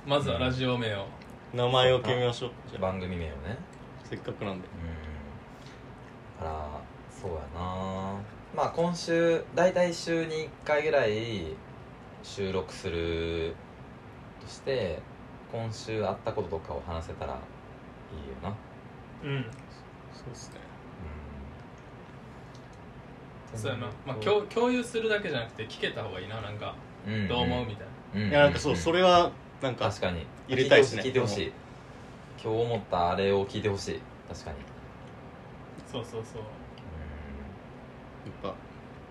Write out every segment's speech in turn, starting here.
まずはラジオ名を、 名前を決めましょう。じゃあ番組名をね。 せっかくなんで。 だからそうやな。まあ今週だいたい週に1回ぐらい収録するとして、今週あったこととかを話せたらいいよな。 うんそうですね。 そうやな、まあ、共有するだけじゃなくて聞けた方がいいな。なんかどう思うみたいな、 いやなんかそう、それはなんか確かに入れたいですね。 聞いてほしい。今日思ったあれを聞いてほしい。確かに。 そうそうそう。 やっ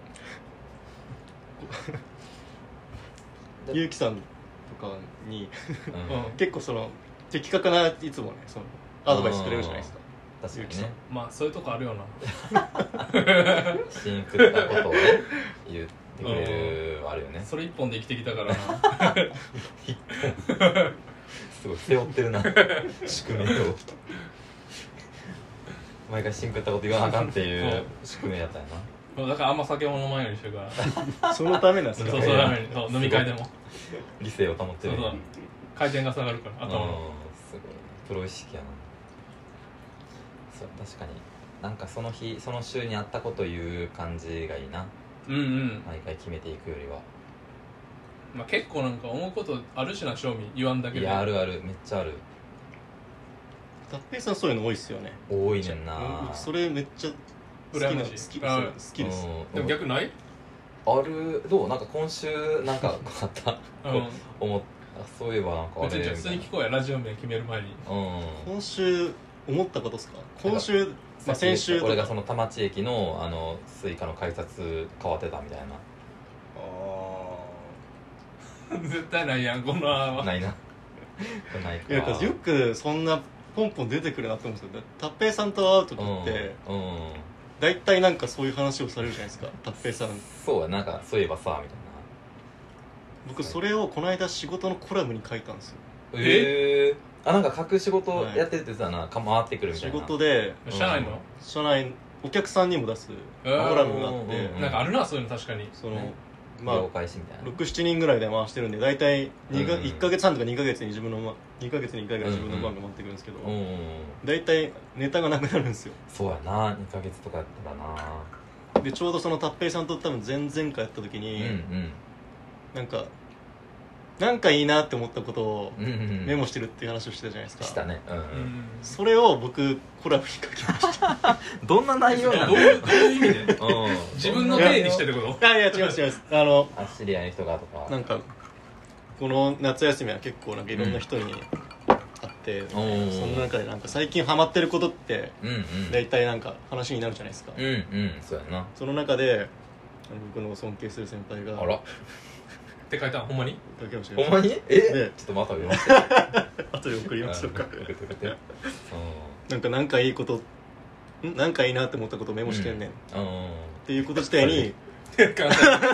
ぱゆうきさんとかに結構その的確ないつもね、そのアドバイスくれるじゃないですか。 確かにね。 まあそういうとこあるよな。 シンクったことをね言ってくれるあるよね。 それ一本で生きてきたからな。 すごい背負ってるな。宿命を毎回シンクったこと言わなあかんっていう宿命やったよだからあんま酒も飲まんようにしてるからそのためなんですか。 そうそうために、そう飲み会でもな。理性を保ってる。 そうそう回転が下がるから頭の。 すごいプロ意識やな。そう確かになんかその日その週にあったこと言う感じがいいな。 うんうん。 毎回決めていくよりは。 まあ結構なんか思うことあるしな、正味言わんだけで。 いやあるある、めっちゃある。 たっぺいさんそういうの多いっすよね。 多いねんな。 それめっちゃ好きな、 羨ましい。 好きです。 でも逆ないある。どうなんか今週なんかあった、思った。そういえばなんかあれみたいな。 普通に聞こうや、ラジオ名決める前に。 今週思ったことですか。今週、まあ、先週俺がその田町駅のスイカの改札変わってたみたいな。 絶対ないやんこの案は。 ないな。ないか。 いやよくそんなポンポン出てくるなと思うんですよ。たっぺいさんと会う時って大体なんかそういう話をされるじゃないですか、たっぺいさん。 そうや、なんかそういえばさみたいな。 僕それをこの間仕事のコラムに書いたんですよ。 なんか各仕事やってるって言ってたな、回ってくるみたいな。 仕事で社内の社内お客さんにも出すコラムがあって、 なんかあるなそういうの。確かにその、 まあ、開始みたいな 6,7 人ぐらいで回してるんで、大体1ヶ月半とか2ヶ月に2ヶ月に1回ぐらい自分の番が回ってくるんですけど、大体ネタがなくなるんですよ。 そうやな、2ヶ月とかやったらな。 でちょうどそのたっぺいさんと多分前々回やった時に、なんかいいなって思ったことをメモしてるっていう話をしてたじゃないですか。 したね。 それを僕コラムに書きましたどんな内容なの？ どういう意味で自分の体にしてってこと？ いや違います知り合いの人がとか。 なんかこの夏休みは結構なんかいろんな人に会って、その中でなんか最近ハマってることって大体なんか話になるじゃないですか。 そうやな。 その中で僕の尊敬する先輩があらって書いたの？ほんまに？ ほんまに？ちょっとまた読ませて。 後で送りましょうか。なんかいいことなんかいいなって思ったことをメモしてんねんっていうこと自体に忠実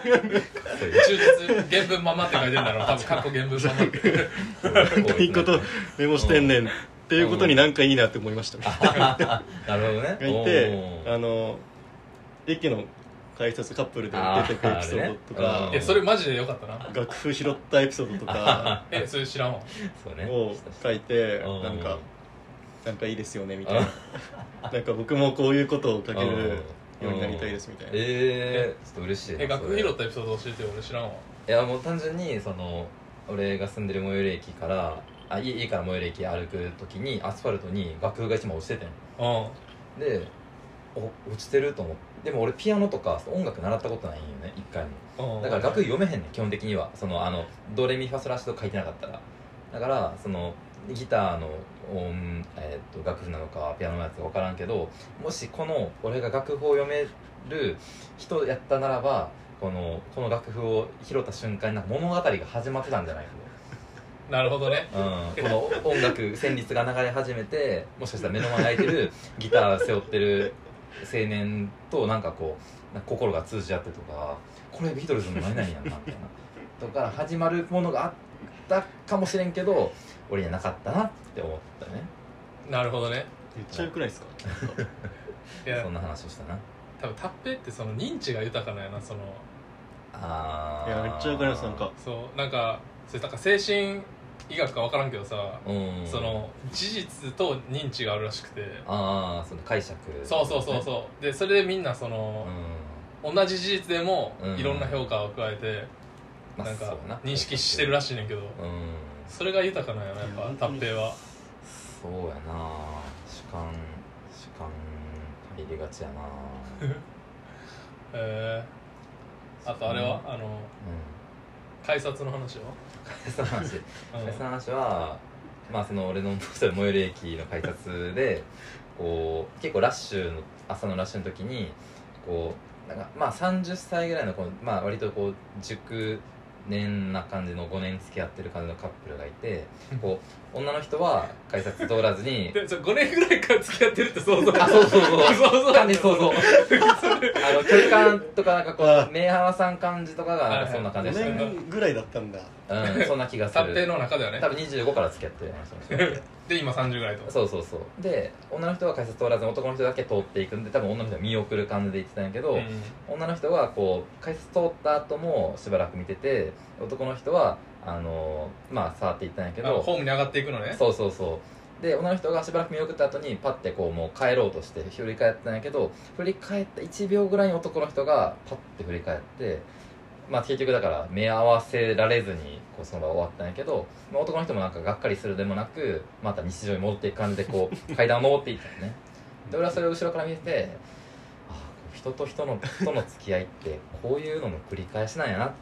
原文ままって書いてるんだろう。多分過去原文ままっていいことメモしてんねんっていうことになんかいいなって思いました。 なるほどね。 がいて、駅の改札カップルで出てくるエピソードとか、 それマジでよかったな。 楽譜拾ったエピソードとかそれ知らんわ。 を書いて、なんかいいですよねみたいな。なんか僕もこういうことを書けるようになりたいですみたいな。 ちょっと嬉しいな。 楽譜拾ったエピソード教えてよ。俺知らんわ。 いやもう単純に俺が住んでる最寄り駅から家から最寄り駅歩く時にアスファルトに楽譜が一枚落ちててん。で落ちてると思って。でも俺ピアノとか音楽習ったことないんよね、一回も。だから楽譜読めへんねん、基本的には。ドレミファソラシド書いてなかったら。だからギターの楽譜なのかピアノのやつか分からんけど、もし俺が楽譜を読める人やったならば、この楽譜を拾った瞬間になんか物語が始まってたんじゃないかと。 なるほどね。 この音楽旋律が流れ始めて、もしかしたら目の前に空いてるギター背負ってる青年となんか心が通じ合ってとか、これビートルズの何々やんなみたいなとか始まるものがあったかもしれんけど、俺にはなかったなって思ったね。 なるほどね。 めっちゃ良くないですか？ そんな話をしたな。 多分タッペって認知が豊かなやな。 いやめっちゃ良くないです。なんかそうなんか精神医学か分からんけどさ、その事実と認知があるらしくて、 ああその解釈、 そうでそれでみんなその、同じ事実でもいろんな評価を加えて、なんか認識してるらしいねんけど、それが豊かなんやなやっぱ達平は。 そうやな、主観入りがちやなあとあれは、改札の話は改札の話は、まあその俺の最寄り駅の改札でこう結構ラッシュの朝のラッシュの時にこうなんかまあ30歳ぐらいのまあ割とこう熟年な感じの5年付き合ってる感じのカップルがいて、こう女の人は改札通らずにで5年ぐらいから付き合ってるって想像、 そう完全に想像距離感とかなんかこう目合わさん感じとかがなんかそんな感じでした 5年ぐらいだったんだ。 そんな気がする。 達平の中ではね多分25から付き合ってる話で今30ぐらいと。 そうで女の人は改札通らずに男の人だけ通っていくんで、多分女の人は見送る感じで言ってたんやけど、女の人はこう改札通った後もしばらく見てて、男の人はまあ触っていったんやけど、 ホームに上がっていくのね。 そうで女の人がしばらく見送った後にパッてこうもう帰ろうとして振り返ったんやけど、振り返った1秒ぐらいに男の人がパッて振り返って、まあ結局だから目合わせられずにこうその場終わったんやけど、まあ、男の人もなんかがっかりするでもなくまた日常に戻っていく感じでこう階段を登っていったよね。で俺はそれを後ろから見てて、人と人の付き合いってこういうのの繰り返しなんやなって。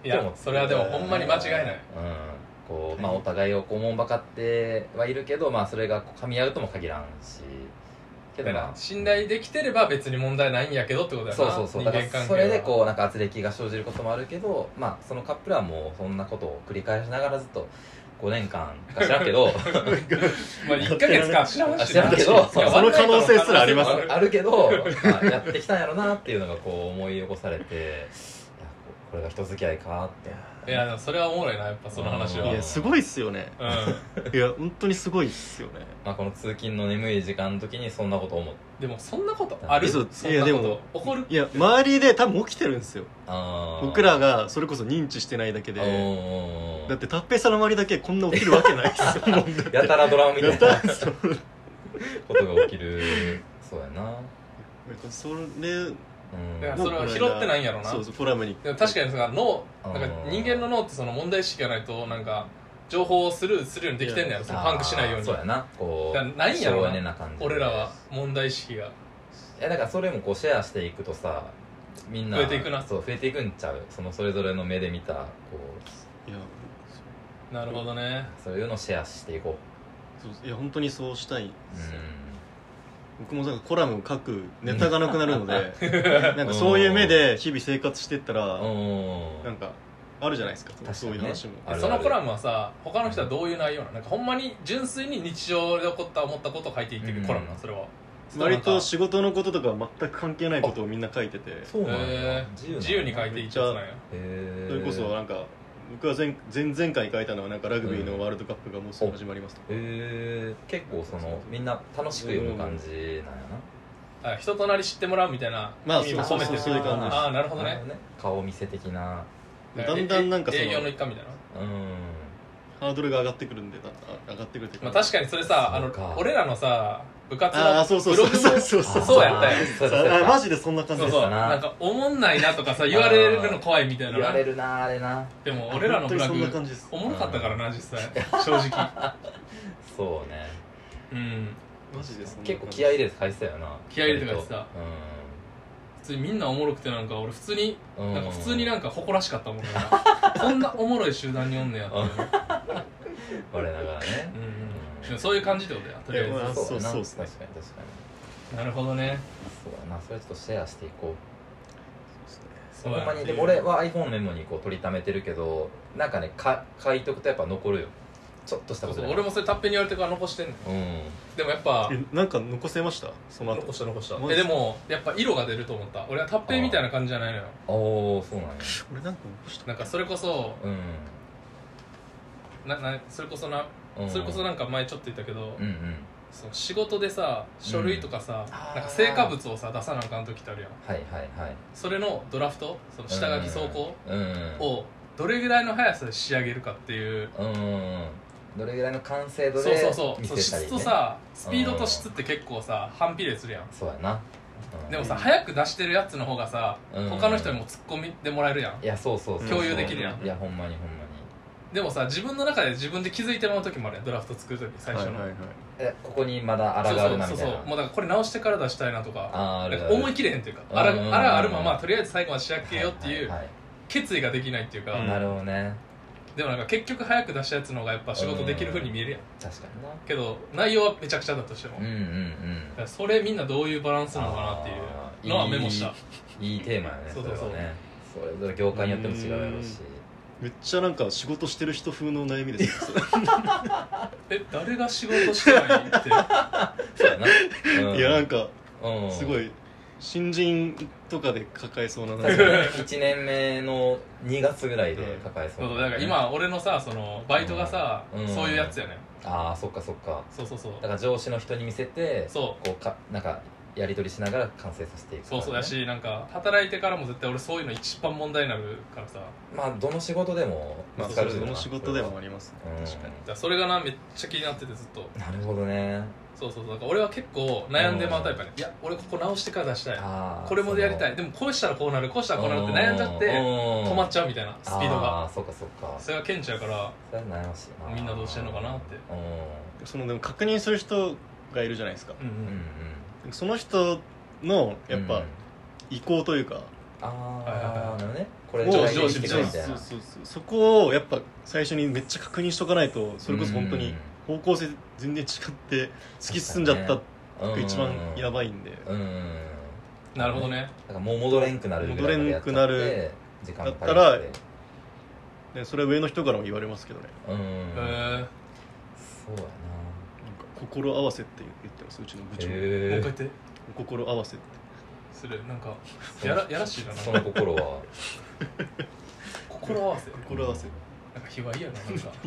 いやそれはでもほんまに間違いない。 こうまあお互いをこうもんばかってはいるけど、まあそれが噛み合うとも限らんし、けどまあ信頼できてれば別に問題ないんやけどってことだよな。 そうだからそれでこうなんか圧力が生じることもあるけど、まあそのカップルはもうそんなことを繰り返しながらずっと5年間か知らんけどまあ 1ヶ月か知らんけどその可能性すらありますあるけど、まあ、やってきたんやろなっていうのがこう思い起こされて、これが人付き合いかって。 いやでもそれはおもろいなやっぱその話は。 いやすごいっすよね。いや本当にすごいっすよね。 まあこの通勤の眠い時間の時にそんなこと思って。 でもそんなことある？ いやでも起こる？ いや周りで多分起きてるんですよ。僕らがそれこそ認知してないだけで。だってタッペイさんの周りだけこんな起きるわけないっすよ。 やたらドラマみたいなことが起きる。そうやな。 それそれは拾ってないんやろな。 そうコラムに。 でも確かにさ脳なんか人間の脳ってその問題意識がないとなんか情報をスルーするようにできてんのやろ。そのパンクしないように。 そうやな。こうないんやろな。 な感じ俺らは問題意識が。 いやだからそれもこうシェアしていくとさ、みんな増えていくな。 そう増えていくんちゃう。それぞれの目で見たこう。いやなるほどね。 そういうのをシェアしていこう。いや本当にそうしたいんですよ。僕もなんかコラム書くネタがなくなるのでなんかそういう目で日々生活してったらなんかあるじゃないですか、そういう話も。 そのコラムはさ他の人はどういう内容なの？なんかほんまに純粋に日常で起こった思ったことを書いていってるコラムなの？それは割と仕事のこととかは全く関係ないことをみんな書いてて。 そうなんや。 自由に書いていっちゃうなんや。 それこそなんか僕は前回書いたのはなんかラグビーのワールドカップがもうすぐ始まりますと。 結構みんな楽しく読む感じなんやな。人となり知ってもらうみたいな意味も込めてそういう感じです。 ああなるほどね。 顔見せ的な。 だんだんなんか営業の一環みたいな。 ハードルが上がってくるんで上がってくるっていうか。 まあ確かにそれさ俺らのさ部活のブログもそうやったよ。マジでそんな感じでしたな。 なんかおもんないなとかさ言われるの怖いみたいな。 言われるなあれな。 でも俺らのブログおもろかったからな実際正直。 そうね。 マジで結構気合い入れて書いてたよな。 気合い入れて書いてた。普通にみんなおもろくてなんか俺普通になんか誇らしかったもんな。こんなおもろい集団におんねやって。 我ながらね。 そういう感じってことやとりあえず。 そうですね。 確かに。 なるほどね。 そうだな。それちょっとシェアしていこう。 ほんまにでも俺は iPhone メモにこう取りためてるけど、なんかね書いとくとやっぱ残るよ。ちょっとしたことで。 俺もそれタッペに言われてから残してんの。でもやっぱなんか残せましたその後。 残した。でもやっぱ色が出ると思った。俺はタッペみたいな感じじゃないのよ。 そうなんや。 俺なんか残した。 なんかそれこそそれこそなんか前ちょっと言ったけど、その仕事でさ書類とかさ、なんか成果物をさ出さなあかん時ってあるやん。それのドラフト、その下書き草稿をどれぐらいの速さで仕上げるかっていう、 どれぐらいの完成度で見せたり、ね、 そう質とさスピードと質って結構さ反比例するやん。 そうやな、 でもさ早く出してるやつの方がさ、他の人にも突っ込みでもらえるやん。 いやそう共有できるやん。 いやほんまにでもさ自分の中で自分で気づいてもらう時もあるやん。ドラフト作る時最初の、 ここにまだ荒があるなみたいな。 そうもうだからこれ直してから出したいなとか、思い切れへんっていうか、 荒があるままとりあえず最後まで仕上げようっていう決意ができないっていうか。 なるほどね。 でもなんか結局早く出したやつの方がやっぱ仕事できる風に見えるやん。 確かにな。 けど内容はめちゃくちゃだとしても、だからそれみんなどういうバランスなのかなっていうのはメモした。 いいテーマやね。そうそれぞれ業界によっても違うやろうし。 めっちゃなんか仕事してる人風の悩みですよ誰が仕事してないってそうやな、 いやなんかすごい新人とかで抱えそうな 1年目の2月ぐらいで抱えそうな、 だから今俺のさそのバイトがさ、そういうやつやねん。 ああそっかそっか。 そうだから上司の人に見せてこうなんかやり取りしながら完成させていく、 そうやし、なんか働いてからも絶対俺そういうの一番問題になるからさ。 まあどの仕事でも見つかるよな。どの仕事でもありますね、確かに。 だそれがなめっちゃ気になっててずっと。 なるほどね。 そうだから俺は結構悩んでまうタイプやね。いや俺ここ直してから出したい、これもでやりたい、でもこうしたらこうなるこうしたらこうなるって悩んじゃって止まっちゃうみたいなスピードが。 そっかそれが顕著やから、 それ悩ましいな。 みんなどうしてんのかなって。 そのでも確認する人がいるじゃないですか。その人のやっぱ意向というか、 なるほどね。これ上司みたいな。 そこをやっぱ最初にめっちゃ確認しとかないと、それこそ本当に方向性全然違って突き進んじゃったが一番やばいんで。 なるほどね。 だからもう戻れんくなる戻れんくなるだったら、それは上の人からも言われますけどね。 そうやな。 なんか心合わせって言ってます、うちの部長。もう一回言って。 心合わせってそれなんかやらしいな。 その心は心合わせなんか卑猥やな。なんか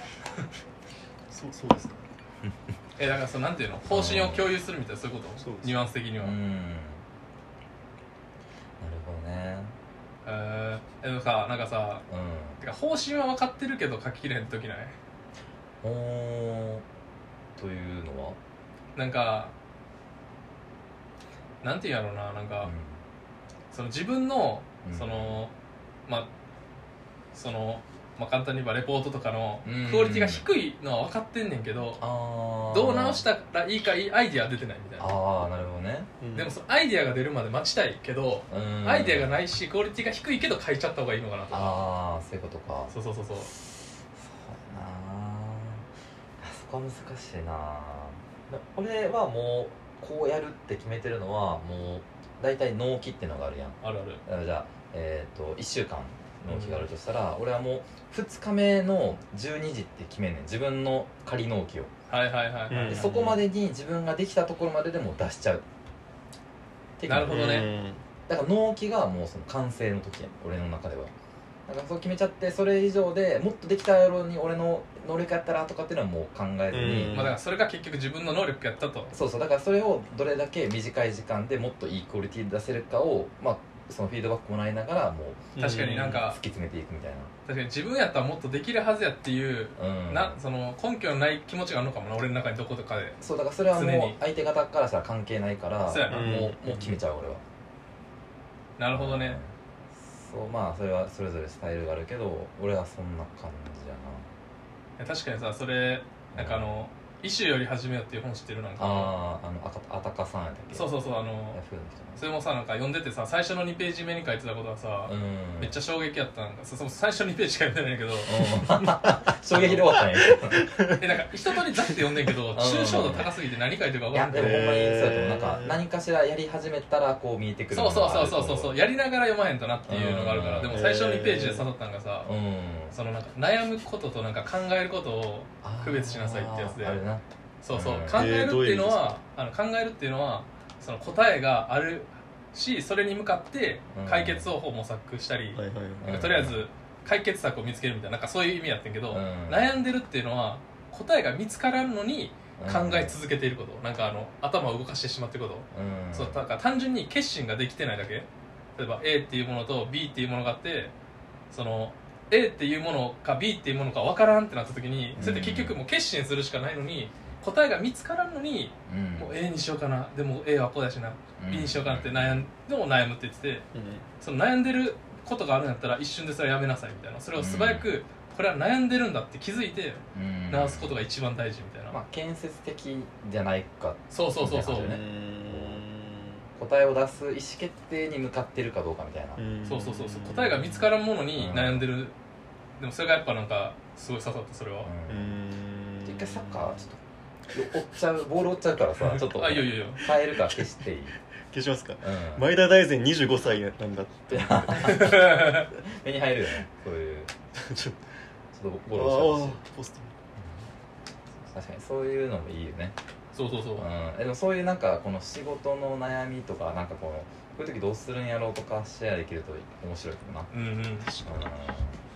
そうですか。 だからそのなんていうの、方針を共有するみたいな、そういうこと。ニュアンス的には。なるほどね。 でもさ、なんかさ、てか方針は分かってるけど書ききれへん時ない？ というのはなんかなんていうんやろうな、なんか、その自分のその簡単に言えばレポートとかのクオリティが低いのは分かってんねんけど、どう直したらいいかアイディア出てないみたいな。 なるほどね。 でもそのアイディアが出るまで待ちたいけど、アイディアがないしクオリティが低いけど書いちゃった方がいいのかなとか。 そういうことか。 そうそうやな。そこは難しいな。俺はもうこうやるって決めてるのはもう大体納期っていうのがあるやん。 ある。 じゃあ、1週間納期があるとしたら、俺はもう2日目の12時って決めんねん、自分の仮納期を。でそこまでに自分ができたところまででもう出しちゃう。 なるほどね。 だから納期がもうその完成の時やん、俺の中では。だからそう決めちゃって、それ以上でもっとできたやろうに俺の能力やったらとかっていうのはもう考えずに、 だからそれが結局自分の能力やったと。 そうだからそれをどれだけ短い時間でもっといいクオリティで出せるかを、そのフィードバックもらいながらもう確かになんか突き詰めていくみたいな。 確かに自分やったらもっとできるはずやっていう、その根拠のない気持ちがあるのかもな、俺の中にどことかで。 そうだからそれはもう相手方からしたら関係ないから、 そうやな。 もう決めちゃう俺は。 なるほどね。 それはそれぞれスタイルがあるけど、俺はそんな感じやな。確かにさ、それなんかイシューより始めようっていう本知ってる？なんかあたかさんやったっけ。 そうそれもさ、なんか読んでてさ、最初の2ページ目に書いてたことはさ、めっちゃ衝撃やった。なんか最初2ページしか読んでないけど衝撃で終わったんやなんか一通りざって読んでんけど、抽象度高すぎて何書いてるか分かんない。 いやでもほんまにそうやと思う。なんか何かしらやり始めたらこう見えてくる。 そうやりながら読まへんとなっていうのがあるから。でも最初の2ページで誘ったんがさ、そのなんか悩むこととなんか考えることを区別しなさいってやつで。考えるっていうのはその答えがあるし、それに向かって解決方法を模索したり、とりあえず解決策を見つけるみたいな、なんかそういう意味やってんけど、悩んでるっていうのは答えが見つからんのに考え続けていること、なんか頭を動かしてしまっていること、そうだから単純に決心ができてないだけ。例えば A っていうものと B っていうものがあって、その A っていうものか B っていうものか分からんってなった時に、それって結局もう決心するしかないのに答えが見つからんのに、もう A にしようかな、でも A はこうだしな、B にしようかなって悩むって言ってて、その悩んでることがあるんだったら一瞬でそれはやめなさいみたいな、それを素早くこれは悩んでるんだって気づいて直すことが一番大事みたいな、 まあ建設的じゃないか、 そうそうそうそう、 答えを出す意思決定に向かってるかどうかみたいな、 そうそうそうそう、答えが見つからんものに悩んでる、でもそれがやっぱなんかすごい刺さった、それは。 一回サッカーちょっと折っちゃう、ボール折っちゃうからさ、ちょっとあ、いやいやいや、 変えるから消していい？ 消しますか。前田大然25歳なんだって目に入るよね、そういうちょっとボロしちゃうし、 ポスト確かにそういうのもいいよね。 そうそうそう、 でもそういうなんかこの仕事の悩みとか、なんかこういう時どうするんやろうとかシェアできると面白いかな。 確かに。